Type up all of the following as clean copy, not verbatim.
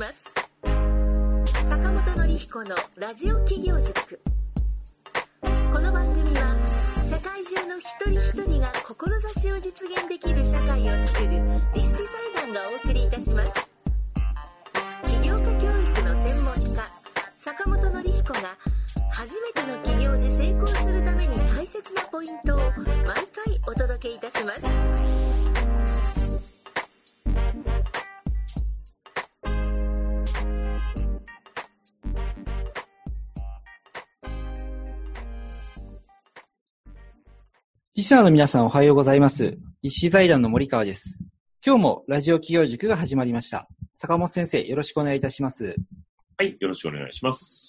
ます。坂本典彦のラジオ企業塾。この番組は世界中の一人一人が志を実現できる社会を作る立志財団がお送りいたします。起業家教育の専門家坂本典彦が初めての起業で成功するために大切なポイントを毎回お届けいたします。 リスナーの皆さんおはようございます。立志財団の森川です。今日もラジオ企業塾が始まりました。坂本先生、よろしくお願いいたします。 はい、よろしくお願いします。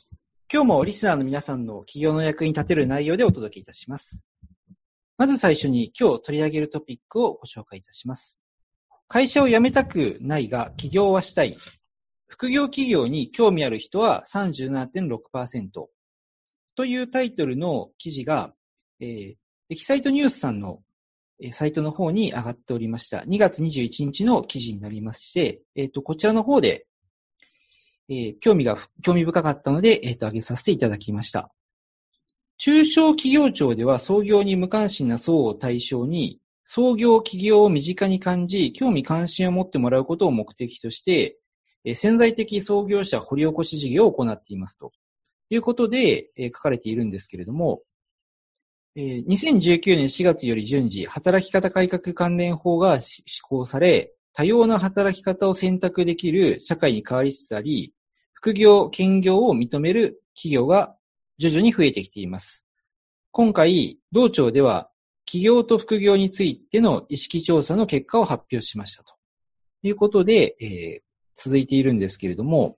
今日もリスナーの皆さんの起業の役に立てる内容でお届けいたします。まず最初に今日取り上げるトピックをご紹介いたします。会社を辞めたくないが起業はしたい。副業企業に興味ある人は 37.6% というタイトルの記事が、エキサイトニュースさんのサイトの方に上がっておりました。2月21日の記事になりまして、こちらの方で、興味深かったので、上げさせていただきました。中小企業庁では創業に無関心な層を対象に、創業企業を身近に感じ、興味関心を持ってもらうことを目的として、潜在的創業者掘り起こし事業を行っていますということで、書かれているんですけれども、2019年4月より順次、働き方改革関連法が施行され、多様な働き方を選択できる社会に変わりつつあり、副業、兼業を認める企業が徐々に増えてきています。今回、同庁では、起業と副業についての意識調査の結果を発表しましたということで、続いているんですけれども、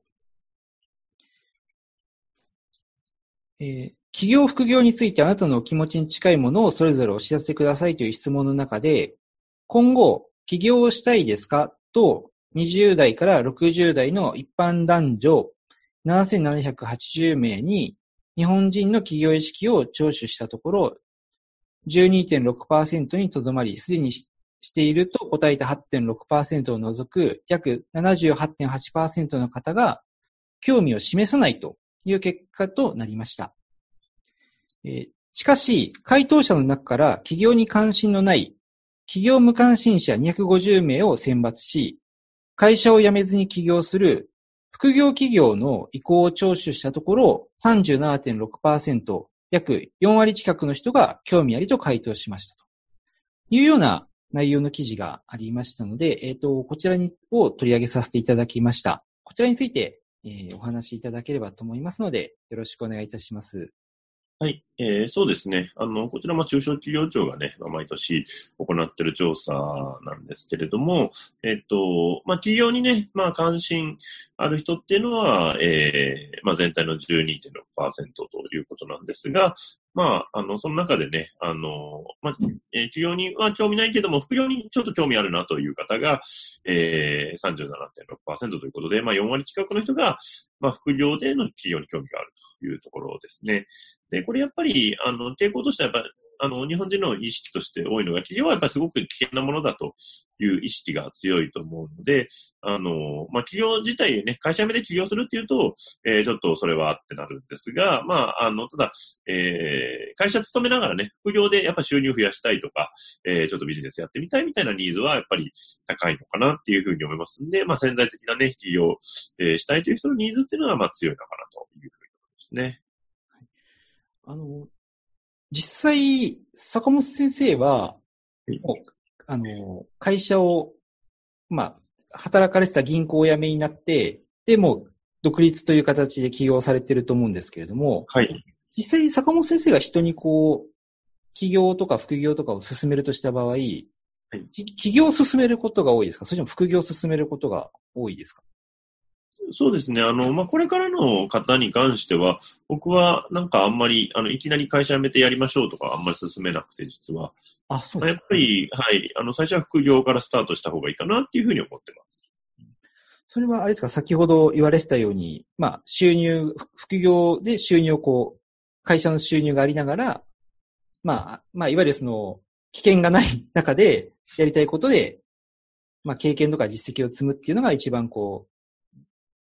起業副業についてあなたの気持ちに近いものをそれぞれお知らせくださいという質問の中で、今後、起業をしたいですかと20代から60代の一般男女7780名に日本人の起業意識を聴取したところ、12.6% にとどまり、すでにしていると答えた 8.6% を除く約 78.8% の方が興味を示さないという結果となりました。しかし、回答者の中から起業に関心のない起業無関心者250名を選抜し、会社を辞めずに起業する副業企業の意向を聴取したところ 37.6%、約4割近くの人が興味ありと回答しましたというような内容の記事がありましたので、こちらを取り上げさせていただきました。こちらについて、お話しいただければと思いますので、よろしくお願いいたします。 はい、そうですね。こちらも中小企業庁がね、毎年行っている調査なんですけれども、企業にね、関心ある人っていうのは、全体の 12.6% ということなんですが、その中でね、企業には興味ないけども、副業にちょっと興味あるなという方が、37.6% ということで、4割近くの人が、副業での企業に興味があるというところですね。で、これやっぱり、傾向としてはやっぱ日本人の意識として多いのが、企業はやっぱりすごく危険なものだという意識が強いと思うので、企業自体ね、会社辞めで起業するっていうと、ちょっとそれはってなるんですが、ただ、会社勤めながらね、副業でやっぱ収入増やしたいとか、ちょっとビジネスやってみたいみたいなニーズはやっぱり高いのかなっていうふうに思いますんで、潜在的なね、起業、したいという人のニーズっていうのは強いのかなというふうに思いますね。 実際、坂本先生は、会社を、働かれてた銀行を辞めになって、で、もう、独立という形で起業されてると思うんですけれども、 はい。 実際、坂本先生が人に起業とか副業とかを進めるとした場合、はい、起業を進めることが多いですか？それとも副業を進めることが多いですか？ そうですね。これからの方に関しては、僕はあんまり、いきなり会社辞めてやりましょうとかあんまり進めなくて、実は。 あ、そうですか。 やっぱり、はい。最初は副業からスタートした方がいいかなっていうふうに思ってます。 それはあれですか、先ほど言われてたように、収入、副業で収入を会社の収入がありながら、いわゆる危険がない中でやりたいことで、経験とか実績を積むっていうのが一番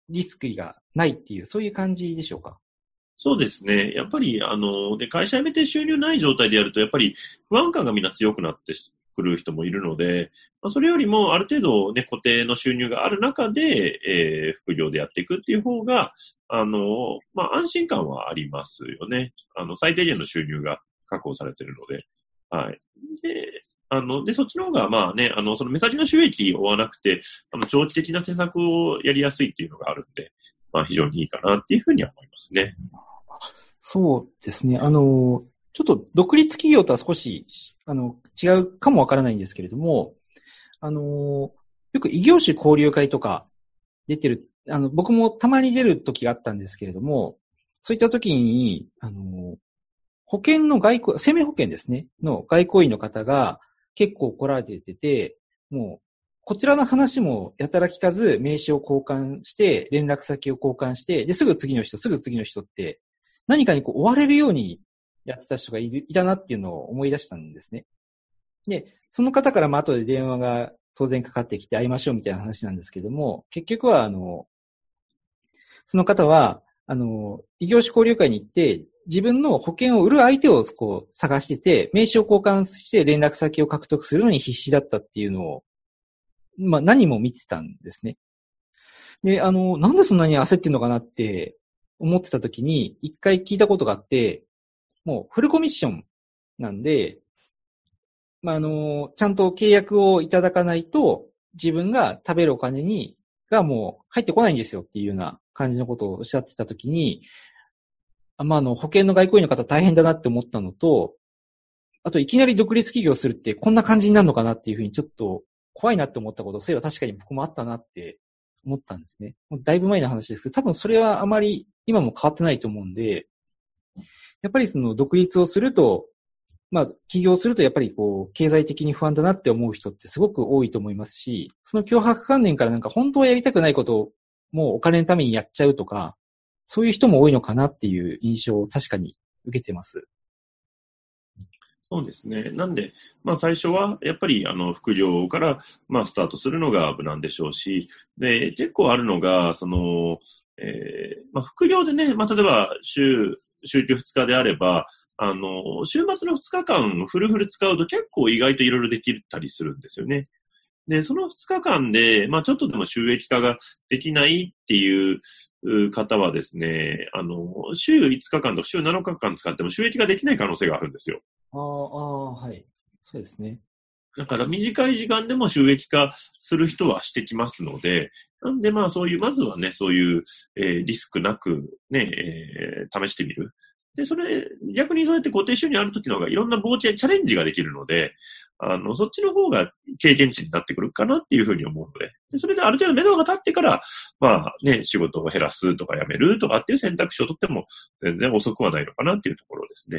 リスクがないっていう、そういう感じでしょうか？ そうですね。やっぱり、で、会社辞めて収入ない状態でやると、やっぱり不安感がみんな強くなってくる人もいるので、それよりもある程度ね、固定の収入がある中で、副業でやっていくっていう方が、安心感はありますよね。最低限の収入が確保されているので。はい。で、そっちの方が、その目先の収益を追わなくて、長期的な施策をやりやすいっていうのがあるんで、非常にいいかなっていうふうには思いますね。 そうですね。ちょっと独立企業とは少し、違うかもわからないんですけれども、よく異業種交流会とか出てる、僕もたまに出る時があったんですけれども、そういった時に、保険の生命保険ですね、の外交員の方が結構来られてて、もう、こちらの話もやたら聞かず、名刺を交換して、連絡先を交換して、で、すぐ次の人って、何かに追われるようにやってた人がいたなっていうのを思い出したんですね。で、その方から後で電話が当然かかってきて会いましょうみたいな話なんですけども、結局はその方は、異業種交流会に行って、自分の保険を売る相手を探してて、名刺を交換して連絡先を獲得するのに必死だったっていうのを、何も見てたんですね。で、なんでそんなに焦ってんのかなって思ってた時に、一回聞いたことがあって、もうフルコミッションなんで、ちゃんと契約をいただかないと、自分が食べるお金がもう入ってこないんですよっていうような感じのことをおっしゃってた時に、保険の外交員の方大変だなって思ったのと、あといきなり独立企業するってこんな感じになるのかなっていうふうにちょっと怖いなって思ったこと、そういえば確かに僕もあったなって思ったんですね。もうだいぶ前の話ですけど、多分それはあまり今も変わってないと思うんで、やっぱりその独立をすると、起業するとやっぱり経済的に不安だなって思う人ってすごく多いと思いますし、その強迫観念からなんか本当はやりたくないことをもうお金のためにやっちゃうとか、そういう人も多いのかなっていう印象を確かに受けてます。 そうですね。なんで、最初は、やっぱり、副業から、スタートするのが無難でしょうし、で、結構あるのが、副業でね、例えば、週休2日であれば、週末の2日間、フルフル使うと結構意外といろいろできたりするんですよね。で、その2日間で、ちょっとでも収益化ができないっていう方はですね、週5日間とか週7日間使っても収益化できない可能性があるんですよ。 はい。そうですね。 だから短い時間でも収益化する人はしてきますので、なんでそういう、まずはね、そういう、リスクなくね、試してみる。で、逆にそうやって固定収入あるときの方がいろんなチャレンジができるので、そっちの方が経験値になってくるかなっていうふうに思うので、それである程度目処が立ってから、仕事を減らすとかやめるとかっていう選択肢を取っても全然遅くはないのかなっていうところですね。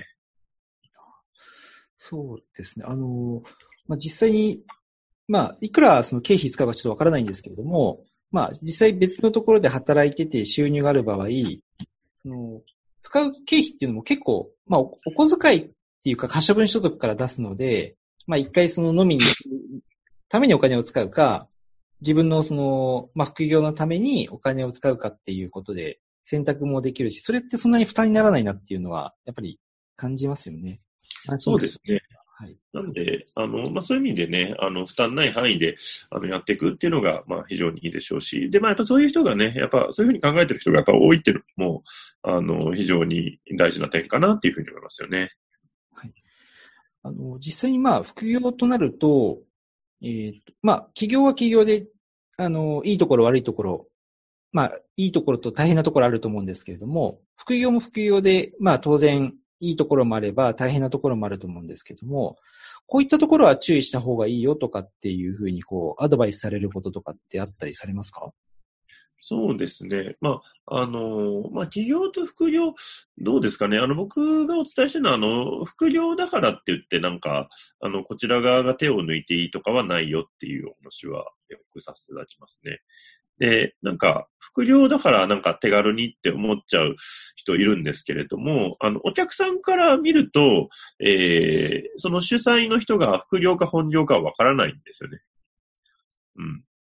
そうですね。実際に、いくらその経費使うかちょっとわからないんですけれども、実際別のところで働いてて収入がある場合、使う経費っていうのも結構、お小遣いっていうか可処分所得から出すので、一回その飲みに行くためにお金を使うか、自分の副業のためにお金を使うかっていうことで選択もできるし、それってそんなに負担にならないなっていうのは、やっぱり感じますよね。 そうですね。 はい。 なんで、そういう意味でね、負担ない範囲で、やっていくっていうのが、非常にいいでしょうし、で、やっぱそういう人がね、やっぱそういうふうに考えてる人がやっぱ多いっていうのも、非常に大事な点かなっていうふうに思いますよね。 はい。実際に副業となると、企業は企業で、いいところ悪いところ、いいところと大変なところあると思うんですけれども、副業も副業で、当然、いいところもあれば大変なところもあると思うんですけども、こういったところは注意した方がいいよとかっていうふうにアドバイスされることとかってあったりされますか？ そうですね。企業と副業、どうですかね。僕がお伝えしてるのは、副業だからって言って、こちら側が手を抜いていいとかはないよっていうお話はよくさせていただきますね。で、副業だから手軽にって思っちゃう人いるんですけれども、お客さんから見ると、その主催の人が副業か本業かはわからないんですよね。うん。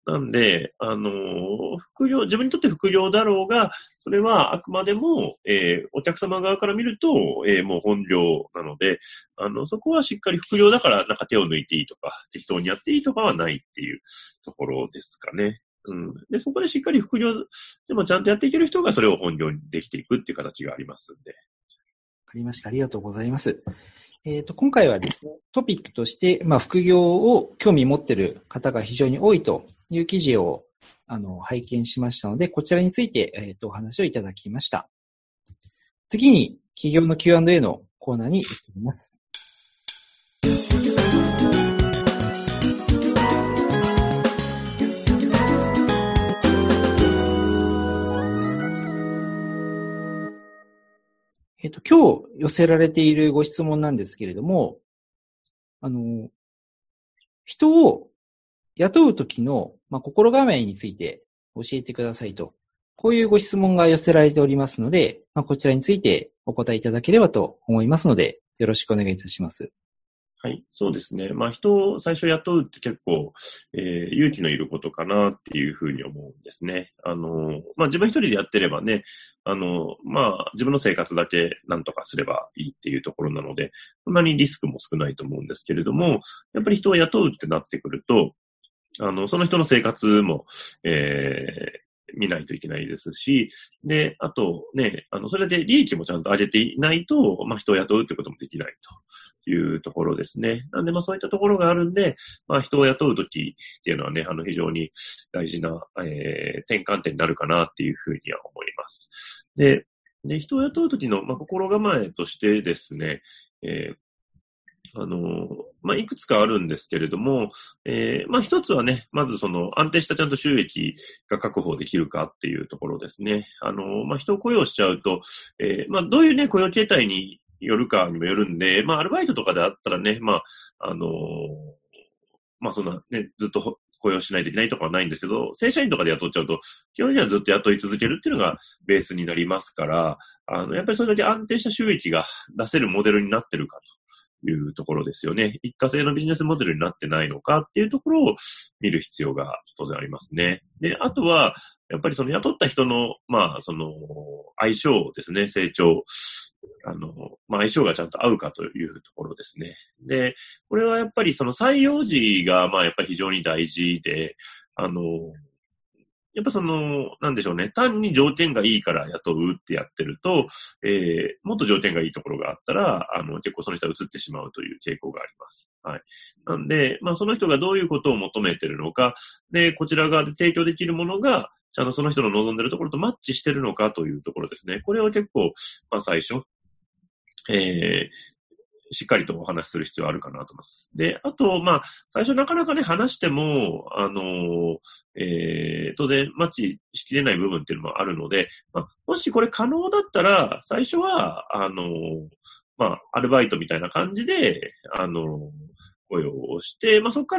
なんで、副業、自分にとって副業だろうが、それはあくまでも、お客様側から見ると、もう本業なので、そこはしっかり副業だからなんか手を抜いていいとか、適当にやっていいとかはないっていうところですかね。うん。で、そこでしっかり副業でもちゃんとやっていける人がそれを本業にできていくっていう形がありますんで。 わかりました。ありがとうございます。今回はですね、トピックとして、副業を興味持っている方が非常に多いという記事を、拝見しましたので、こちらについて、お話をいただきました。次に、企業の Q&A のコーナーに行ってみます。今日寄せられているご質問なんですけれども、人を雇うときの、心構えについて教えてくださいと。こういうご質問が寄せられておりますので、こちらについてお答えいただければと思いますので、よろしくお願いいたします。 はい、そうですね。人を最初雇うって結構、勇気のいることかなっていうふうに思うんですね。自分一人でやってればね、自分の生活だけなんとかすればいいっていうところなので、そんなにリスクも少ないと思うんですけれども、やっぱり人を雇うってなってくると、その人の生活も、見ないといけないですし、で、あとね、それで利益もちゃんと上げていないと、人を雇うってこともできないというところですね。なんで、そういったところがあるんで、人を雇うときっていうのはね、非常に大事な、転換点になるかなっていうふうには思います。で、人を雇うときの、心構えとしてですね、いくつかあるんですけれども、一つはね、まず安定したちゃんと収益が確保できるかっていうところですね。人を雇用しちゃうと、どういうね、雇用形態によるかにもよるんで、アルバイトとかであったらね、そんなね、ずっと雇用しないといけないとかはないんですけど、正社員とかで雇っちゃうと、基本にはずっと雇い続けるっていうのがベースになりますから、やっぱりそれだけ安定した収益が出せるモデルになってるかというところですよね。一過性のビジネスモデルになってないのかっていうところを見る必要が当然ありますね。で、あとは、やっぱり雇った人の、相性ですね、成長。相性がちゃんと合うかというところですね。で、これはやっぱり採用時が、やっぱり非常に大事で、やっぱなんでしょうね、単に条件がいいから雇うってやってると、もっと条件がいいところがあったら、結構その人は移ってしまうという傾向があります。はい。なんで、その人がどういうことを求めてるのか、で、こちら側で提供できるものが、ちゃんとその人の望んでるところとマッチしてるのかというところですね。これを結構、最初、しっかりとお話しする必要あるかなと思います。で、あと、最初なかなかね、話しても、当然、マッチしきれない部分っていうのもあるので、もしこれ可能だったら、最初は、アルバイトみたいな感じで、雇用をして、そこから、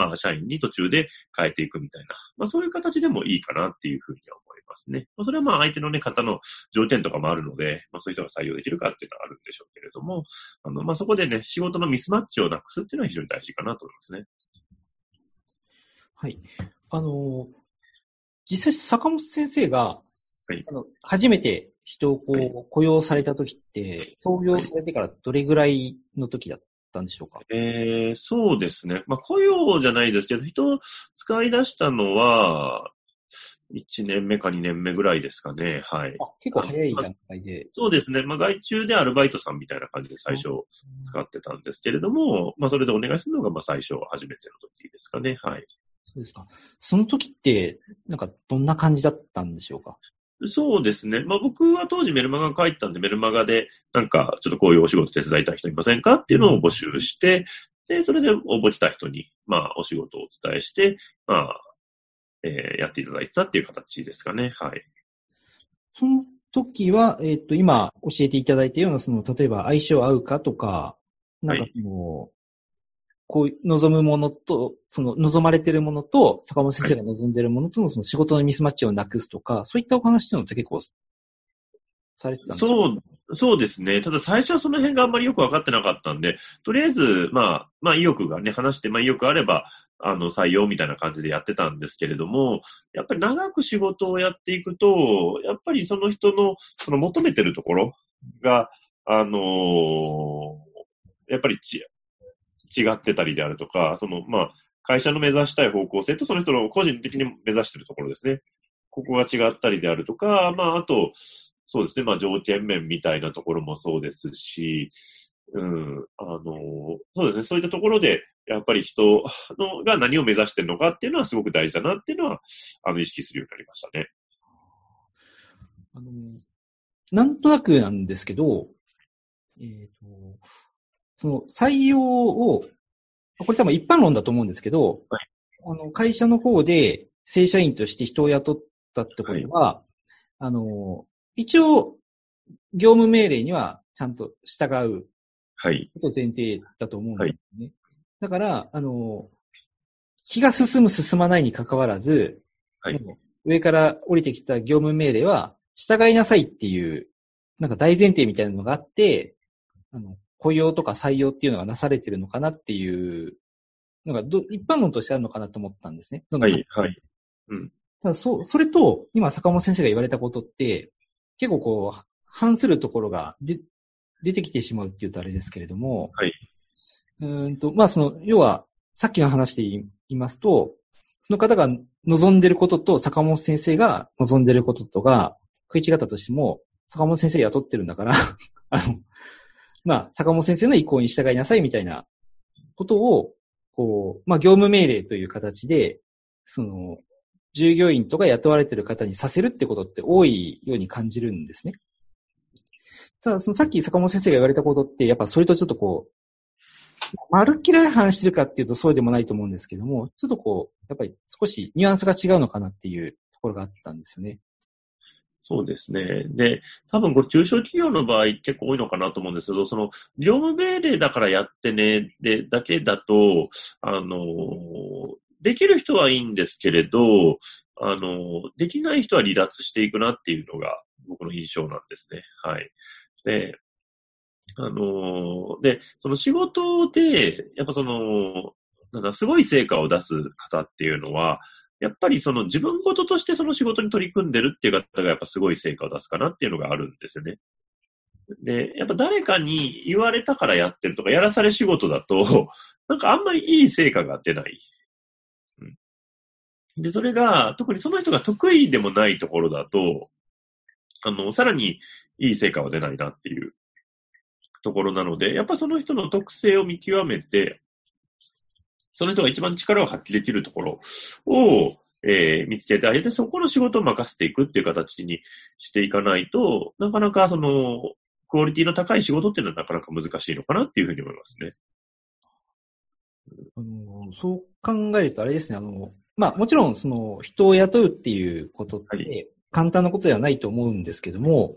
社員に途中で変えていくみたいな、そういう形でもいいかなっていうふうには思いますね。それは相手のね、方の条件とかもあるので、そういう人が採用できるかっていうのはあるんでしょうけれども、そこでね、仕事のミスマッチをなくすっていうのは非常に大事かなと思いますね。 はい。実際、坂本先生が、 はい、 初めて人を雇用された時って、創業されてからどれぐらいの時だったんでしょうか？ そうですね。雇用じゃないですけど、人を使い出したのは、1年目か2年目ぐらいですかね。はい。 結構早い段階で。 そうですね。外注でアルバイトさんみたいな感じで最初使ってたんですけれども、それでお願いするのが最初初めての時ですかね。はい。 そうですか。その時って、どんな感じだったんでしょうか？ そうですね。僕は当時メルマガ書いてたんで、メルマガでちょっとこういうお仕事手伝いたい人いませんかっていうのを募集して、で、それで応募来た人に、お仕事をお伝えして、やっていただいたっていう形ですかね。はい。その時は、今教えていただいたような、例えば相性合うかとか、こう望むものと、望まれているものと、坂本先生が望んでいるものとの仕事のミスマッチをなくすとか、そういったお話っていうのって結構されてたんですか？ そうですね。ただ最初はその辺があんまりよくわかってなかったんで、とりあえず、意欲がね、話して、意欲あれば、採用みたいな感じでやってたんですけれども、やっぱり長く仕事をやっていくと、やっぱりその人の、その求めてるところが、やっぱり違ってたりであるとか、会社の目指したい方向性とその人の個人的に目指しているところですね。ここが違ったりであるとか、あと、そうですね、条件面みたいなところもそうですし、そうですね、そういったところで、やっぱり人が何を目指しているのかっていうのはすごく大事だなっていうのは、意識するようになりましたね。 なんとなくなんですけど、その採用を、これ多分一般論だと思うんですけど、 はい、 会社の方で正社員として人を雇ったってことは、はい、一応、業務命令にはちゃんと従うこと前提だと思うんですね。はい、だから、気が進む進まないに関わらず、はい、上から降りてきた業務命令は従いなさいっていう、なんか大前提みたいなのがあって、雇用とか採用っていうのがなされてるのかなっていうのが一般論としてあるのかなと思ったんですね。 はい、はい。うん。 ただそれと、今坂本先生が言われたことって、結構こう、反するところが出てきてしまうっていうとあれですけれども、 はい。 要は、さっきの話で言いますと、その方が望んでることと坂本先生が望んでることとが食い違ったとしても、坂本先生が雇ってるんだから坂本先生の意向に従いなさいみたいなことを、こう、業務命令という形で、従業員とか雇われてる方にさせるってことって多いように感じるんですね。ただ、さっき坂本先生が言われたことって、やっぱそれとちょっとこう、まるっきり話してるかっていうとそうでもないと思うんですけども、ちょっとこう、やっぱり少しニュアンスが違うのかなっていうところがあったんですよね。 そうですね。で、多分中小企業の場合結構多いのかなと思うんですけど、その業務命令だからやってね、で、だけだと、できる人はいいんですけれど、できない人は離脱していくなっていうのが僕の印象なんですね。はい。で、その仕事で、やっぱすごい成果を出す方っていうのは、やっぱり自分事としてその仕事に取り組んでるっていう方がやっぱすごい成果を出すかなっていうのがあるんですよね。で、やっぱ誰かに言われたからやってるとか、やらされ仕事だと、なんかあんまりいい成果が出ない。で、それが、特にその人が得意でもないところだと、さらにいい成果は出ないなっていうところなので、やっぱその人の特性を見極めて、その人が一番力を発揮できるところを、見つけてあげて、そこの仕事を任せていくっていう形にしていかないと、なかなかクオリティの高い仕事っていうのはなかなか難しいのかなっていうふうに思いますね。 そう考えるとあれですね、もちろん人を雇うっていうことって簡単なことではないと思うんですけども、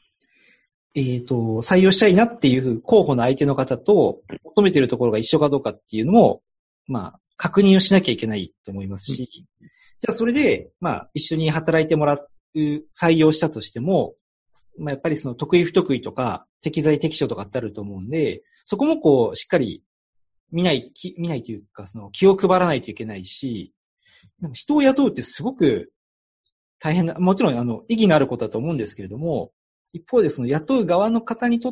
採用したいなっていう候補の相手の方と求めているところが一緒かどうかっていうのも、確認をしなきゃいけないと思いますし、じゃあそれで、一緒に働いてもらう、採用したとしても、やっぱり得意不得意とか、適材適所とかってあると思うんで、そこもこう、しっかり見ないというか、気を配らないといけないし、人を雇うってすごく大変な、もちろん意義のあることだと思うんですけれども、一方で雇う側の方にとって、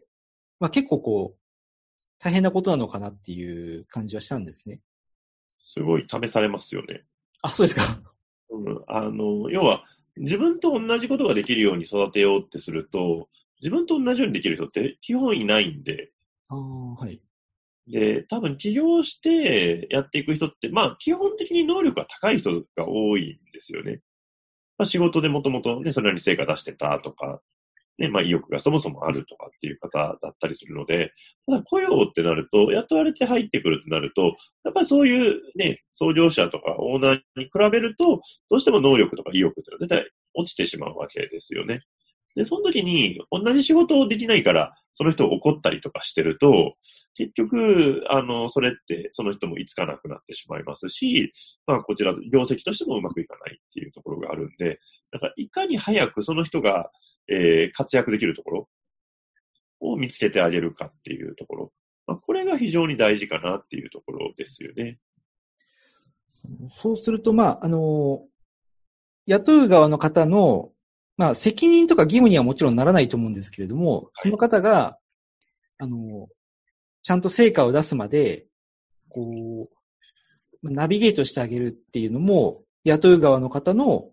結構こう、大変なことなのかなっていう感じはしたんですね。 すごい試されますよね。 あ、そうですか。 要は、自分と同じことができるように育てようってすると、自分と同じようにできる人って基本いないんで。 はい。 で、多分起業してやっていく人って、基本的に能力が高い人が多いんですよね。仕事でもともとね、それなりに成果出してたとか、ね、意欲がそもそもあるとかっていう方だったりするので、ただ雇用ってなると、雇われて入ってくるってなると、やっぱりそういうね、創業者とかオーナーに比べると、どうしても能力とか意欲ってのは絶対落ちてしまうわけですよね。で、その時に同じ仕事をできないから、その人を怒ったりとかしてると、結局、それってその人も居つかなくなってしまいますし、こちら、業績としてもうまくいかないっていうところがあるんで、いかに早くその人が、活躍できるところを見つけてあげるかっていうところ。これが非常に大事かなっていうところですよね。 そうすると、雇う側の方の、責任とか義務にはもちろんならないと思うんですけれども、その方が、ちゃんと成果を出すまで、ナビゲートしてあげるっていうのも、雇う側の方の、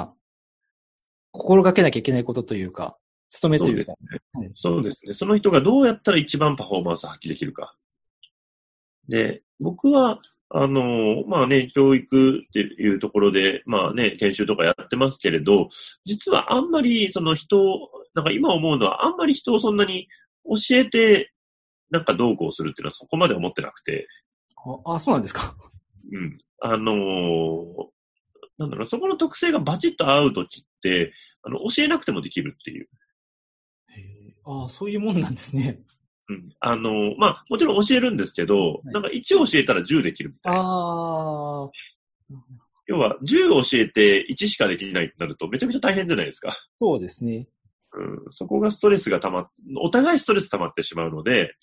心がけなきゃいけないことというか、務めというか。 そうですね。その人がどうやったら一番パフォーマンスを発揮できるか。で、僕は、教育っていうところで、研修とかやってますけれど、実はあんまり今思うのはあんまり人をそんなに教えて、どうこうするっていうのはそこまで思ってなくて。 そうなんですか。 うん。そこの特性がバチッと合うときって、教えなくてもできるっていう。 そういうもんなんですね。 うん。もちろん教えるんですけど、1教えたら10できるみたいな。要は、10教えて1しかできないってなるとめちゃくちゃ大変じゃないですか。 そうですね。 うん。そこがストレスがお互いストレス溜まってしまうので、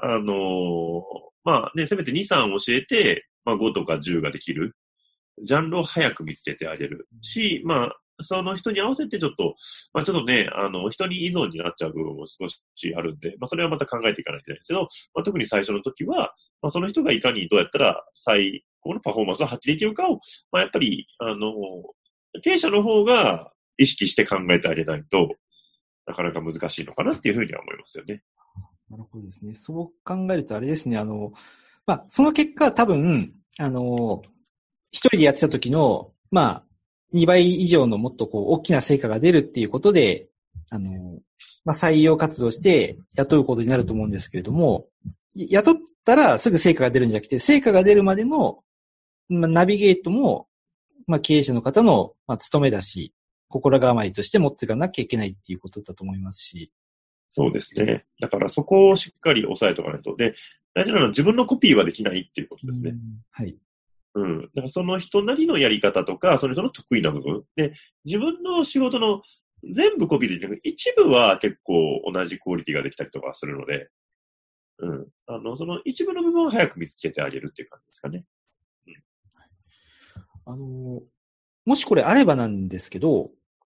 せめて2、3教えて、5とか10ができる。ジャンルを早く見つけてあげるし、その人に合わせてちょっと人に依存になっちゃう部分も少しあるんで、それはまた考えていかないといけないんですけど、特に最初の時は、その人がいかにどうやったら最高のパフォーマンスを発揮できるかを、やっぱり、経営者の方が意識して考えてあげないと、なかなか難しいのかなっていうふうには思いますよね。 なるほどですね。そう考えるとあれですね、その結果多分、一人でやってた時の、2倍以上のもっと大きな成果が出るっていうことで、採用活動して雇うことになると思うんですけれども、雇ったらすぐ成果が出るんじゃなくて、成果が出るまでの、ナビゲートも、経営者の方の、務めだし、心構えとして持っていかなきゃいけないっていうことだと思いますし。 そうですね。だからそこをしっかり抑えておかないと。で、大事なのは自分のコピーはできないっていうことですね。 はい。 うん。だからその人なりのやり方とか、その人の得意な部分。で、自分の仕事の全部コピーできなくて、一部は結構同じクオリティができたりとかするので、うん。その一部の部分を早く見つけてあげるっていう感じですかね。 うん、もしこれあればなんですけど、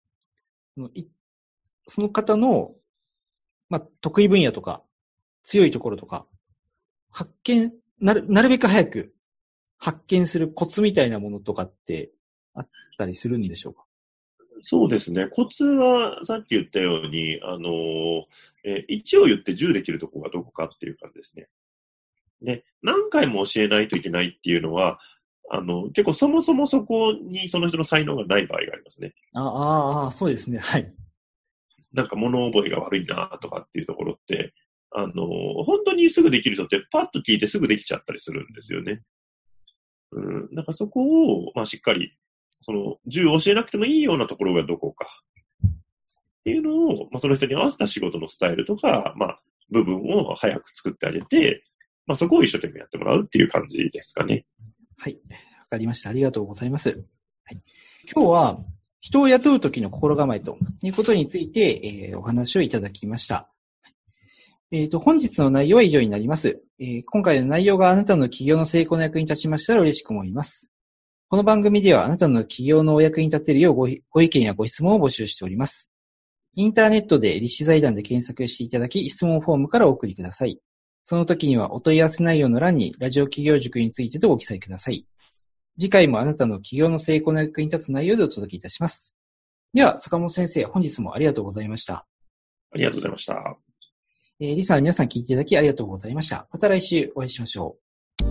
その方の、得意分野とか、強いところとか、なるべく早く発見するコツみたいなものとかってあったりするんでしょうか？ そうですね。コツは、さっき言ったように、1を言って10できるところがどこかっていう感じですね。で、何回も教えないといけないっていうのは、結構そもそもそこにその人の才能がない場合がありますね。 そうですね。はい。 物覚えが悪いなとかっていうところって、本当にすぐできる人ってパッと聞いてすぐできちゃったりするんですよね。だからそこを、しっかり、10を教えなくてもいいようなところがどこか。っていうのを、その人に合わせた仕事のスタイルとか、部分を早く作ってあげて、そこを一生懸命やってもらうっていう感じですかね。 はい。わかりました。ありがとうございます。はい、今日は、人を雇うときの心構えということについて、お話をいただきました。本日の内容は以上になります。今回の内容があなたの企業の成功の役に立ちましたら嬉しく思います。この番組ではあなたの企業のお役に立てるようご意見やご質問を募集しております。インターネットで立志財団で検索していただき、質問フォームからお送りください。その時にはお問い合わせ内容の欄にラジオ企業塾についてとご記載ください。次回もあなたの企業の成功の役に立つ内容でお届けいたします。では、坂本先生、本日もありがとうございました。 ありがとうございました。 リスナーの皆さん聞いていただきありがとうございました。また来週お会いしましょう。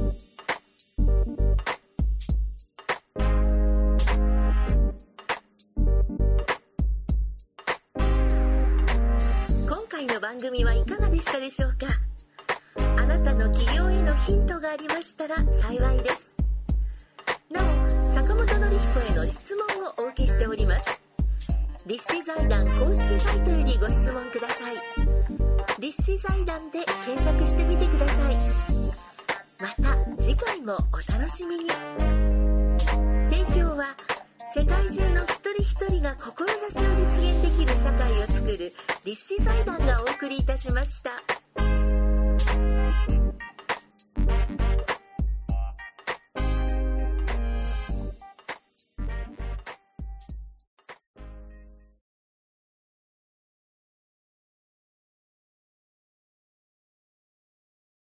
今回の番組はいかがでしたでしょうか？あなたの企業へのヒントがありましたら幸いです。なお、坂本典彦への質問をお受けしております。立志財団公式サイトよりご質問ください。立志財団で検索してみてください。また次回もお楽しみに。提供は世界中の一人一人が志を実現できる社会を作る立志財団がお送りいたしました。